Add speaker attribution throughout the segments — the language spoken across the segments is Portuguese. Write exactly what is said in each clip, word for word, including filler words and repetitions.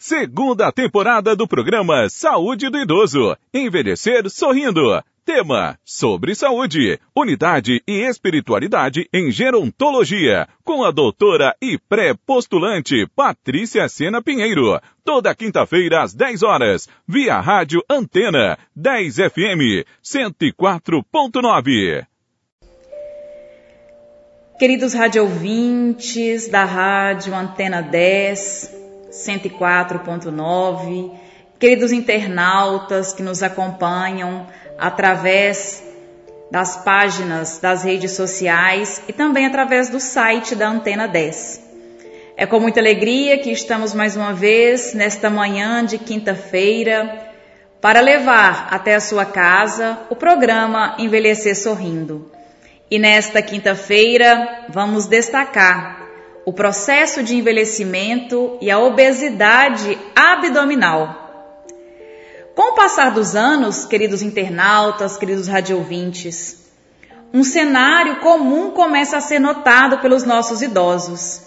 Speaker 1: Segunda temporada do programa Saúde do Idoso. Envelhecer sorrindo. Tema: sobre saúde, unidade e espiritualidade em gerontologia, com a doutora e pré-postulante Patrícia Sena Pinheiro. Toda quinta-feira às dez horas, via rádio Antena, dez F M, cento e quatro ponto nove.
Speaker 2: Queridos radioouvintes da rádio Antena dez, cento e quatro ponto nove, queridos internautas que nos acompanham através das páginas das redes sociais e também através do site da Antena dez. É com muita alegria que estamos mais uma vez nesta manhã de quinta-feira para levar até a sua casa o programa Envelhecer Sorrindo. E nesta quinta-feira vamos destacar o processo de envelhecimento e a obesidade abdominal. Com o passar dos anos, queridos internautas, queridos radioouvintes, um cenário comum começa a ser notado pelos nossos idosos.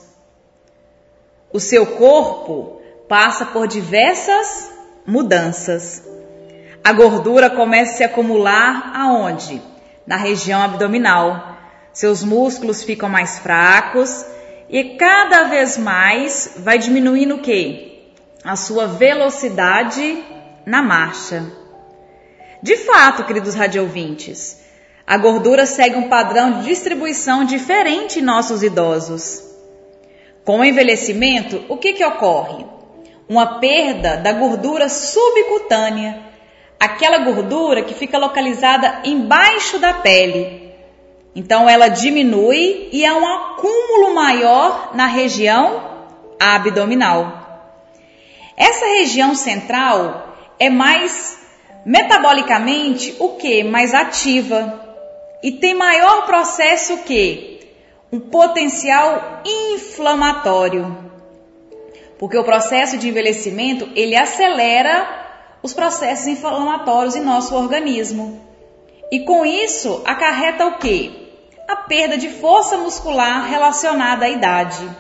Speaker 2: O seu corpo passa por diversas mudanças. A gordura começa a se acumular aonde? Na região abdominal. Seus músculos ficam mais fracos e cada vez mais vai diminuindo o quê? A sua velocidade na marcha. De fato, queridos radioouvintes, a gordura segue um padrão de distribuição diferente em nossos idosos. Com o envelhecimento, o que que ocorre? Uma perda da gordura subcutânea, aquela gordura que fica localizada embaixo da pele. Então ela diminui e há um acúmulo maior na região abdominal. Essa região central é mais metabolicamente o que? Mais ativa e tem maior processo o que? Um potencial inflamatório. Porque o processo de envelhecimento, ele acelera os processos inflamatórios em nosso organismo. E com isso acarreta o que? A perda de força muscular relacionada à idade.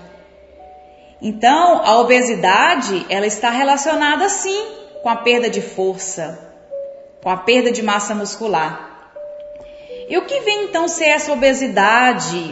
Speaker 2: Então, a obesidade, ela está relacionada sim com a perda de força, com a perda de massa muscular. E o que vem então ser essa obesidade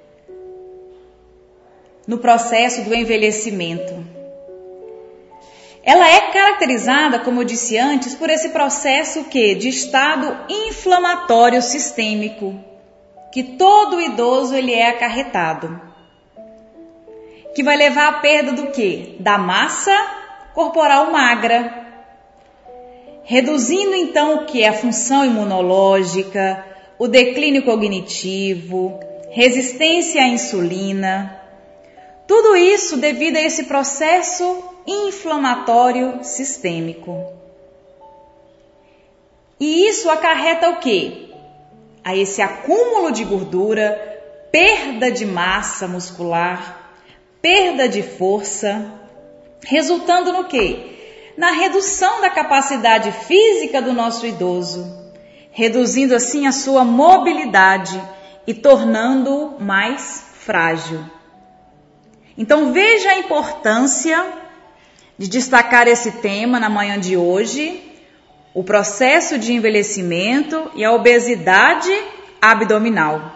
Speaker 2: no processo do envelhecimento? Ela é caracterizada, como eu disse antes, por esse processo que, de estado inflamatório sistêmico, que todo idoso ele é acarretado, que vai levar à perda do quê? Da massa corporal magra, reduzindo então o que é a função imunológica, o declínio cognitivo, resistência à insulina. Tudo isso devido a esse processo inflamatório sistêmico. E isso acarreta o quê? A esse acúmulo de gordura, perda de massa muscular, perda de força, resultando no quê? Na redução da capacidade física do nosso idoso, reduzindo assim a sua mobilidade e tornando-o mais frágil. Então veja a importância de destacar esse tema na manhã de hoje, o processo de envelhecimento e a obesidade abdominal.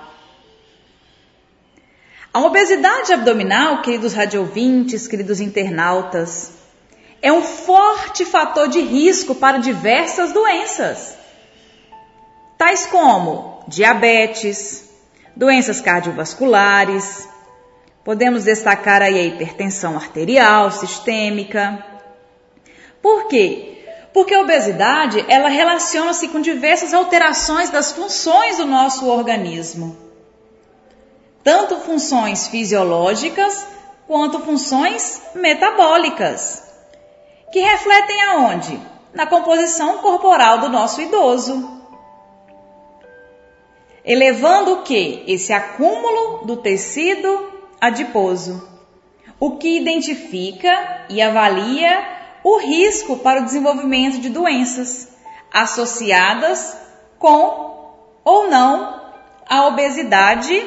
Speaker 2: A obesidade abdominal, queridos radioouvintes, queridos internautas, é um forte fator de risco para diversas doenças, tais como diabetes, doenças cardiovasculares, podemos destacar aí a hipertensão arterial sistêmica. Por quê? Porque a obesidade, ela relaciona-se com diversas alterações das funções do nosso organismo, tanto funções fisiológicas quanto funções metabólicas, que refletem aonde? Na composição corporal do nosso idoso. Elevando o quê? Esse acúmulo do tecido adiposo, o que identifica e avalia o risco para o desenvolvimento de doenças associadas com ou não a obesidade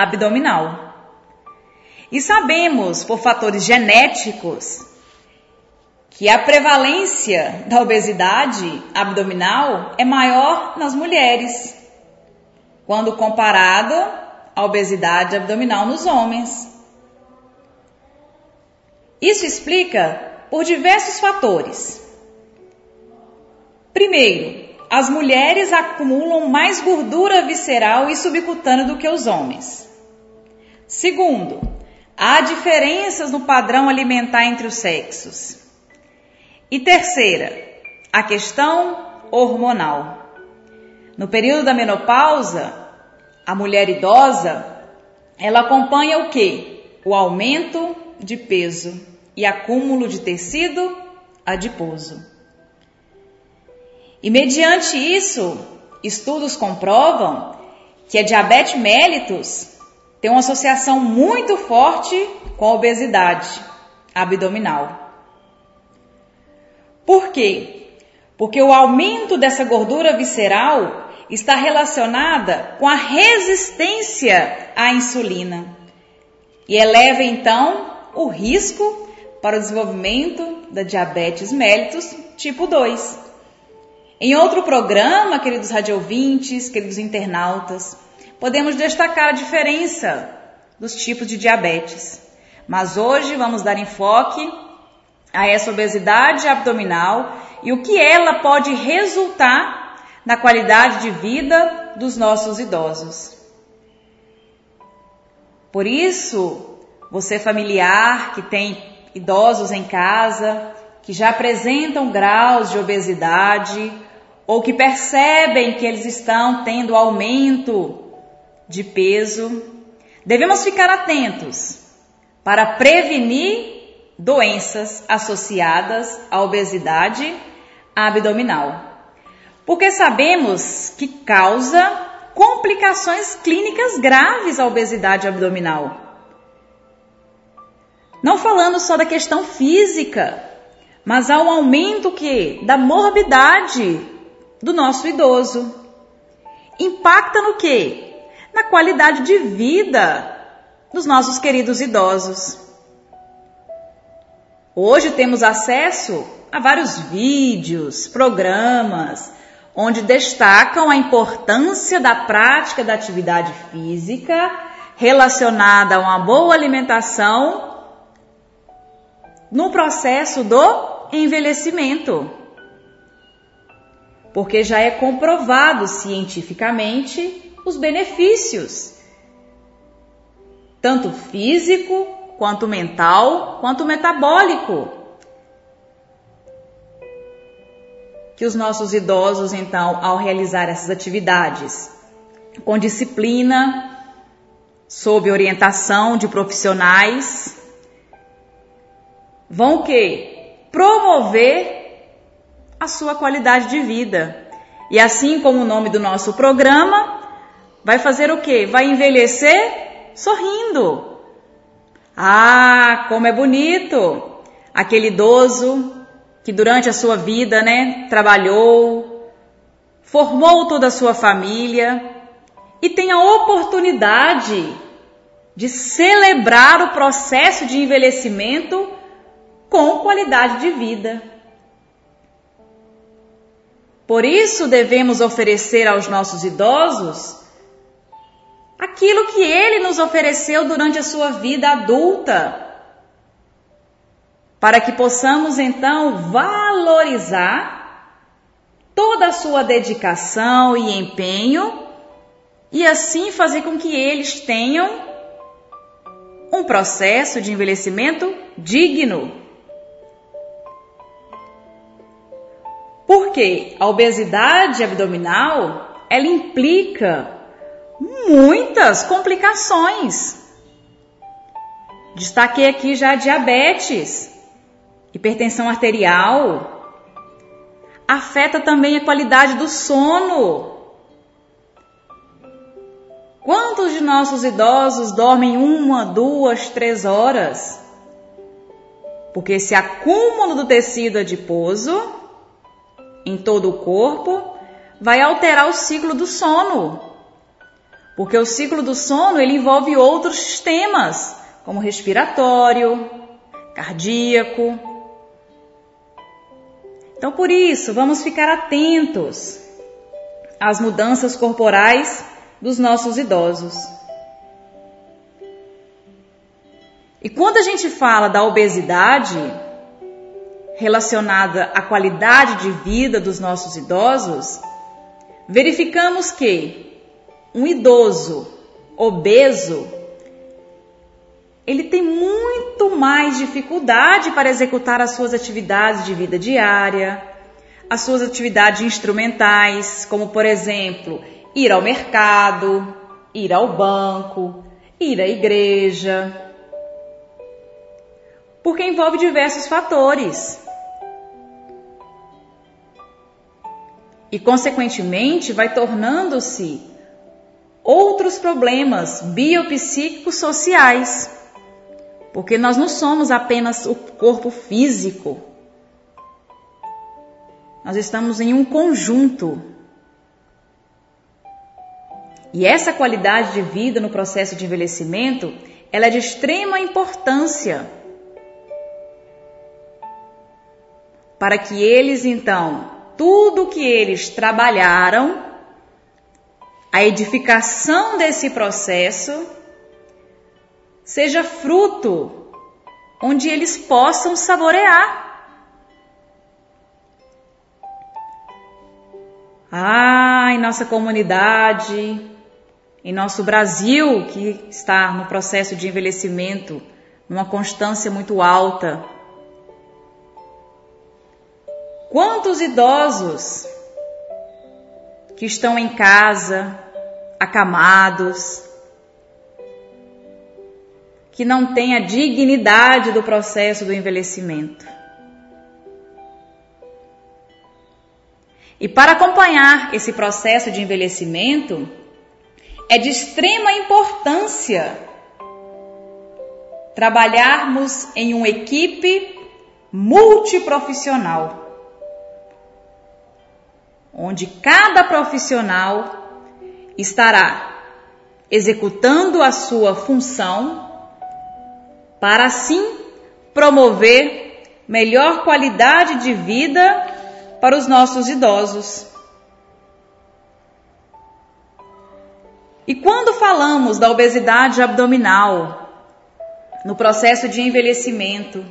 Speaker 2: abdominal. E sabemos, por fatores genéticos, que a prevalência da obesidade abdominal é maior nas mulheres, quando comparado à obesidade abdominal nos homens. Isso explica por diversos fatores. Primeiro, as mulheres acumulam mais gordura visceral e subcutânea do que os homens. Segundo, há diferenças no padrão alimentar entre os sexos. E terceira, a questão hormonal. No período da menopausa, a mulher idosa, ela acompanha o quê? O aumento de peso e acúmulo de tecido adiposo. E mediante isso, estudos comprovam que a diabetes mellitus tem uma associação muito forte com a obesidade abdominal. Por quê? Porque o aumento dessa gordura visceral está relacionada com a resistência à insulina e eleva então o risco para o desenvolvimento da diabetes mellitus tipo dois. Em outro programa, queridos radioouvintes, queridos internautas, podemos destacar a diferença dos tipos de diabetes. Mas hoje vamos dar enfoque a essa obesidade abdominal e o que ela pode resultar na qualidade de vida dos nossos idosos. Por isso, você familiar que tem idosos em casa, que já apresentam graus de obesidade ou que percebem que eles estão tendo aumento de peso, devemos ficar atentos para prevenir doenças associadas à obesidade abdominal, porque sabemos que causa complicações clínicas graves a obesidade abdominal. Não falando só da questão física, mas há um aumento que, da morbidade do nosso idoso. Impacta no quê? Na qualidade de vida dos nossos queridos idosos. Hoje temos acesso a vários vídeos, programas, onde destacam a importância da prática da atividade física relacionada a uma boa alimentação no processo do envelhecimento. Porque já é comprovado cientificamente os benefícios, tanto físico, quanto mental, quanto metabólico, que os nossos idosos, então, ao realizar essas atividades com disciplina, sob orientação de profissionais, vão o quê? Promover a sua qualidade de vida. E assim como o nome do nosso programa, vai fazer o quê? Vai envelhecer sorrindo. Ah, como é bonito aquele idoso que durante a sua vida, né, trabalhou, formou toda a sua família e tem a oportunidade de celebrar o processo de envelhecimento com qualidade de vida. Por isso devemos oferecer aos nossos idosos aquilo que ele nos ofereceu durante a sua vida adulta, para que possamos então valorizar toda a sua dedicação e empenho e assim fazer com que eles tenham um processo de envelhecimento digno. Porque a obesidade abdominal, ela implica muitas complicações. Destaquei aqui já a diabetes, hipertensão arterial, afeta também a qualidade do sono. Quantos de nossos idosos dormem uma, duas, três horas? Porque esse acúmulo do tecido adiposo em todo o corpo vai alterar o ciclo do sono. Porque o ciclo do sono ele envolve outros sistemas, como respiratório, cardíaco. Então, por isso, vamos ficar atentos às mudanças corporais dos nossos idosos. E quando a gente fala da obesidade relacionada à qualidade de vida dos nossos idosos, verificamos que um idoso obeso, ele tem muito mais dificuldade para executar as suas atividades de vida diária, as suas atividades instrumentais, como, por exemplo, ir ao mercado, ir ao banco, ir à igreja, porque envolve diversos fatores. E, consequentemente, vai tornando-se outros problemas biopsíquicos sociais, porque nós não somos apenas o corpo físico, nós estamos em um conjunto. E essa qualidade de vida no processo de envelhecimento, ela é de extrema importância para que eles, então, tudo que eles trabalharam, a edificação desse processo, seja fruto onde eles possam saborear. Ah, em nossa comunidade, em nosso Brasil, que está no processo de envelhecimento, numa constância muito alta. Quantos idosos que estão em casa, acamados, que não têm a dignidade do processo do envelhecimento. E para acompanhar esse processo de envelhecimento, é de extrema importância trabalharmos em uma equipe multiprofissional, onde cada profissional estará executando a sua função para assim promover melhor qualidade de vida para os nossos idosos. E quando falamos da obesidade abdominal no processo de envelhecimento,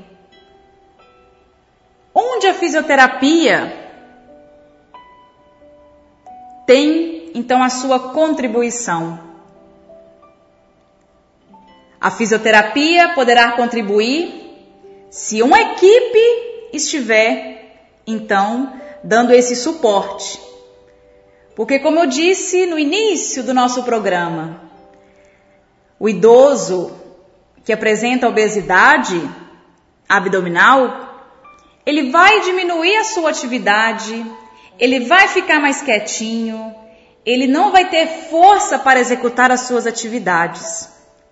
Speaker 2: onde a fisioterapia tem, então, a sua contribuição. A fisioterapia poderá contribuir se uma equipe estiver, então, dando esse suporte. Porque, como eu disse no início do nosso programa, o idoso que apresenta obesidade abdominal, ele vai diminuir a sua atividade, ele vai ficar mais quietinho, ele não vai ter força para executar as suas atividades.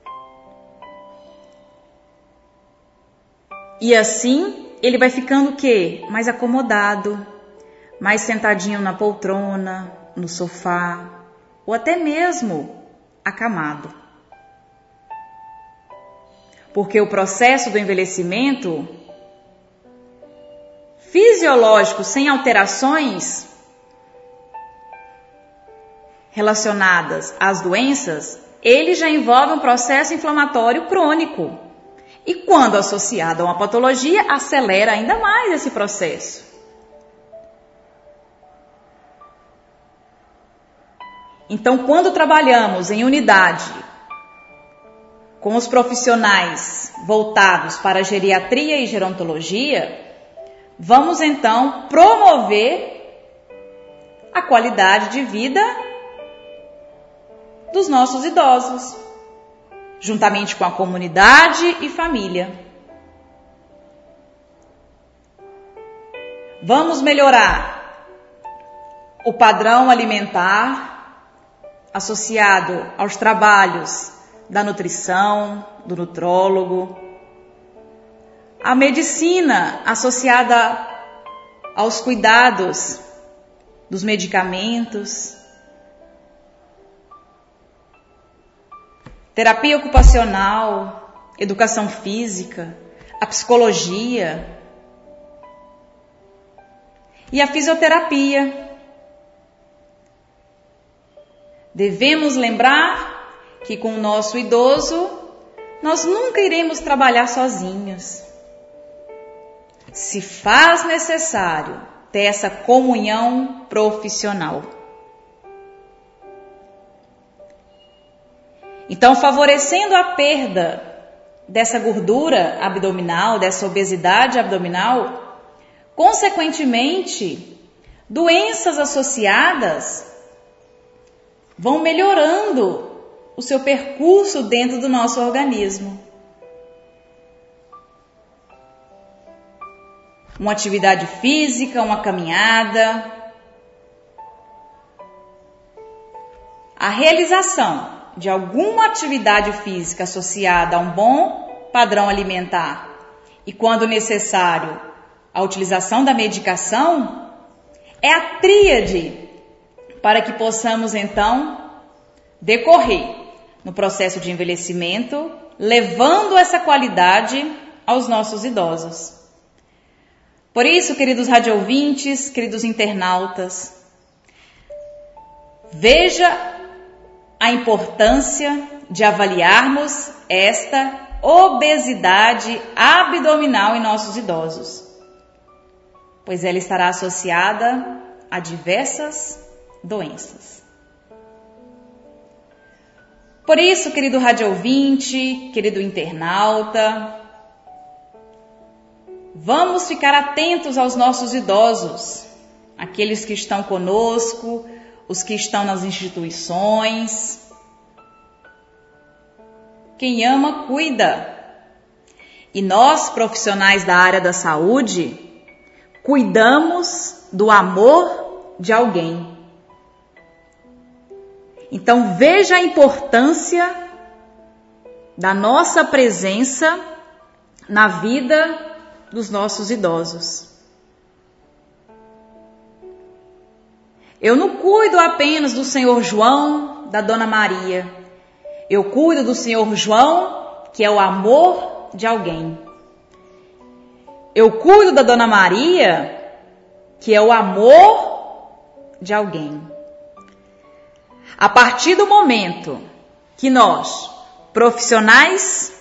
Speaker 2: E assim, ele vai ficando o quê? Mais acomodado, mais sentadinho na poltrona, no sofá, ou até mesmo acamado. Porque o processo do envelhecimento fisiológico sem alterações relacionadas às doenças, ele já envolve um processo inflamatório crônico. E quando associado a uma patologia, acelera ainda mais esse processo. Então, quando trabalhamos em unidade com os profissionais voltados para a geriatria e gerontologia, vamos então promover a qualidade de vida dos nossos idosos, juntamente com a comunidade e família. Vamos melhorar o padrão alimentar associado aos trabalhos da nutrição, do nutrólogo, a medicina associada aos cuidados dos medicamentos, terapia ocupacional, educação física, a psicologia. e a fisioterapia. Devemos lembrar que com o nosso idoso, nós nunca iremos trabalhar sozinhos. Se faz necessário ter essa comunhão profissional. Então, favorecendo a perda dessa gordura abdominal, dessa obesidade abdominal, consequentemente, doenças associadas vão melhorando o seu percurso dentro do nosso organismo. Uma atividade física, uma caminhada. A realização de alguma atividade física associada a um bom padrão alimentar e, quando necessário, a utilização da medicação é a tríade para que possamos, então, decorrer no processo de envelhecimento, levando essa qualidade aos nossos idosos. Por isso, queridos radioouvintes, queridos internautas, veja a importância de avaliarmos esta obesidade abdominal em nossos idosos, pois ela estará associada a diversas doenças. Por isso, querido radiouvinte, querido internauta, vamos ficar atentos aos nossos idosos, aqueles que estão conosco, os que estão nas instituições. Quem ama, cuida. E nós, profissionais da área da saúde, cuidamos do amor de alguém. Então, veja a importância da nossa presença na vida dos nossos idosos. Eu não cuido apenas do senhor João, da dona Maria. Eu cuido do senhor João, que é o amor de alguém. Eu cuido da dona Maria, que é o amor de alguém. A partir do momento que nós, profissionais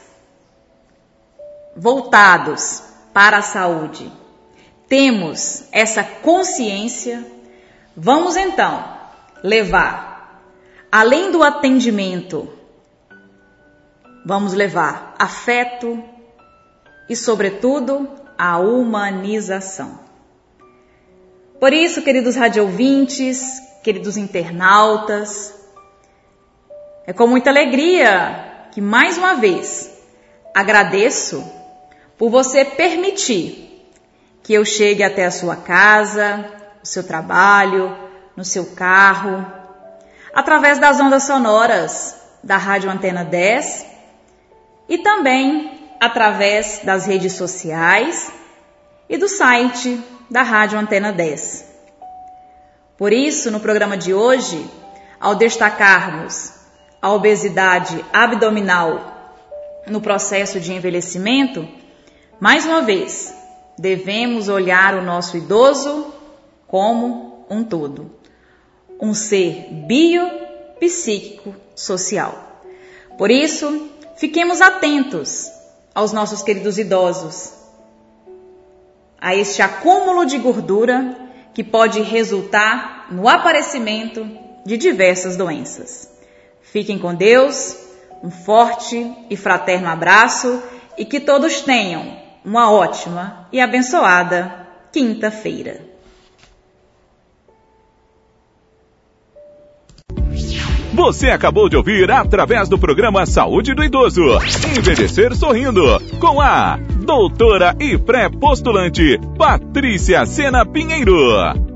Speaker 2: voltados para a saúde, temos essa consciência, vamos então levar, além do atendimento, vamos levar afeto e, sobretudo, a humanização. Por isso, queridos radioouvintes, queridos internautas, é com muita alegria que, mais uma vez, agradeço por você permitir que eu chegue até a sua casa, o seu trabalho, no seu carro, através das ondas sonoras da Rádio Antena dez e também através das redes sociais e do site da Rádio Antena dez. Por isso, no programa de hoje, ao destacarmos a obesidade abdominal no processo de envelhecimento, mais uma vez, devemos olhar o nosso idoso como um todo, um ser biopsíquico social. Por isso, fiquemos atentos aos nossos queridos idosos, a este acúmulo de gordura que pode resultar no aparecimento de diversas doenças. Fiquem com Deus, um forte e fraterno abraço e que todos tenham uma ótima e abençoada quinta-feira.
Speaker 1: Você acabou de ouvir através do programa Saúde do Idoso, Envelhecer Sorrindo, com a doutora e pré-postulante Patrícia Sena Pinheiro.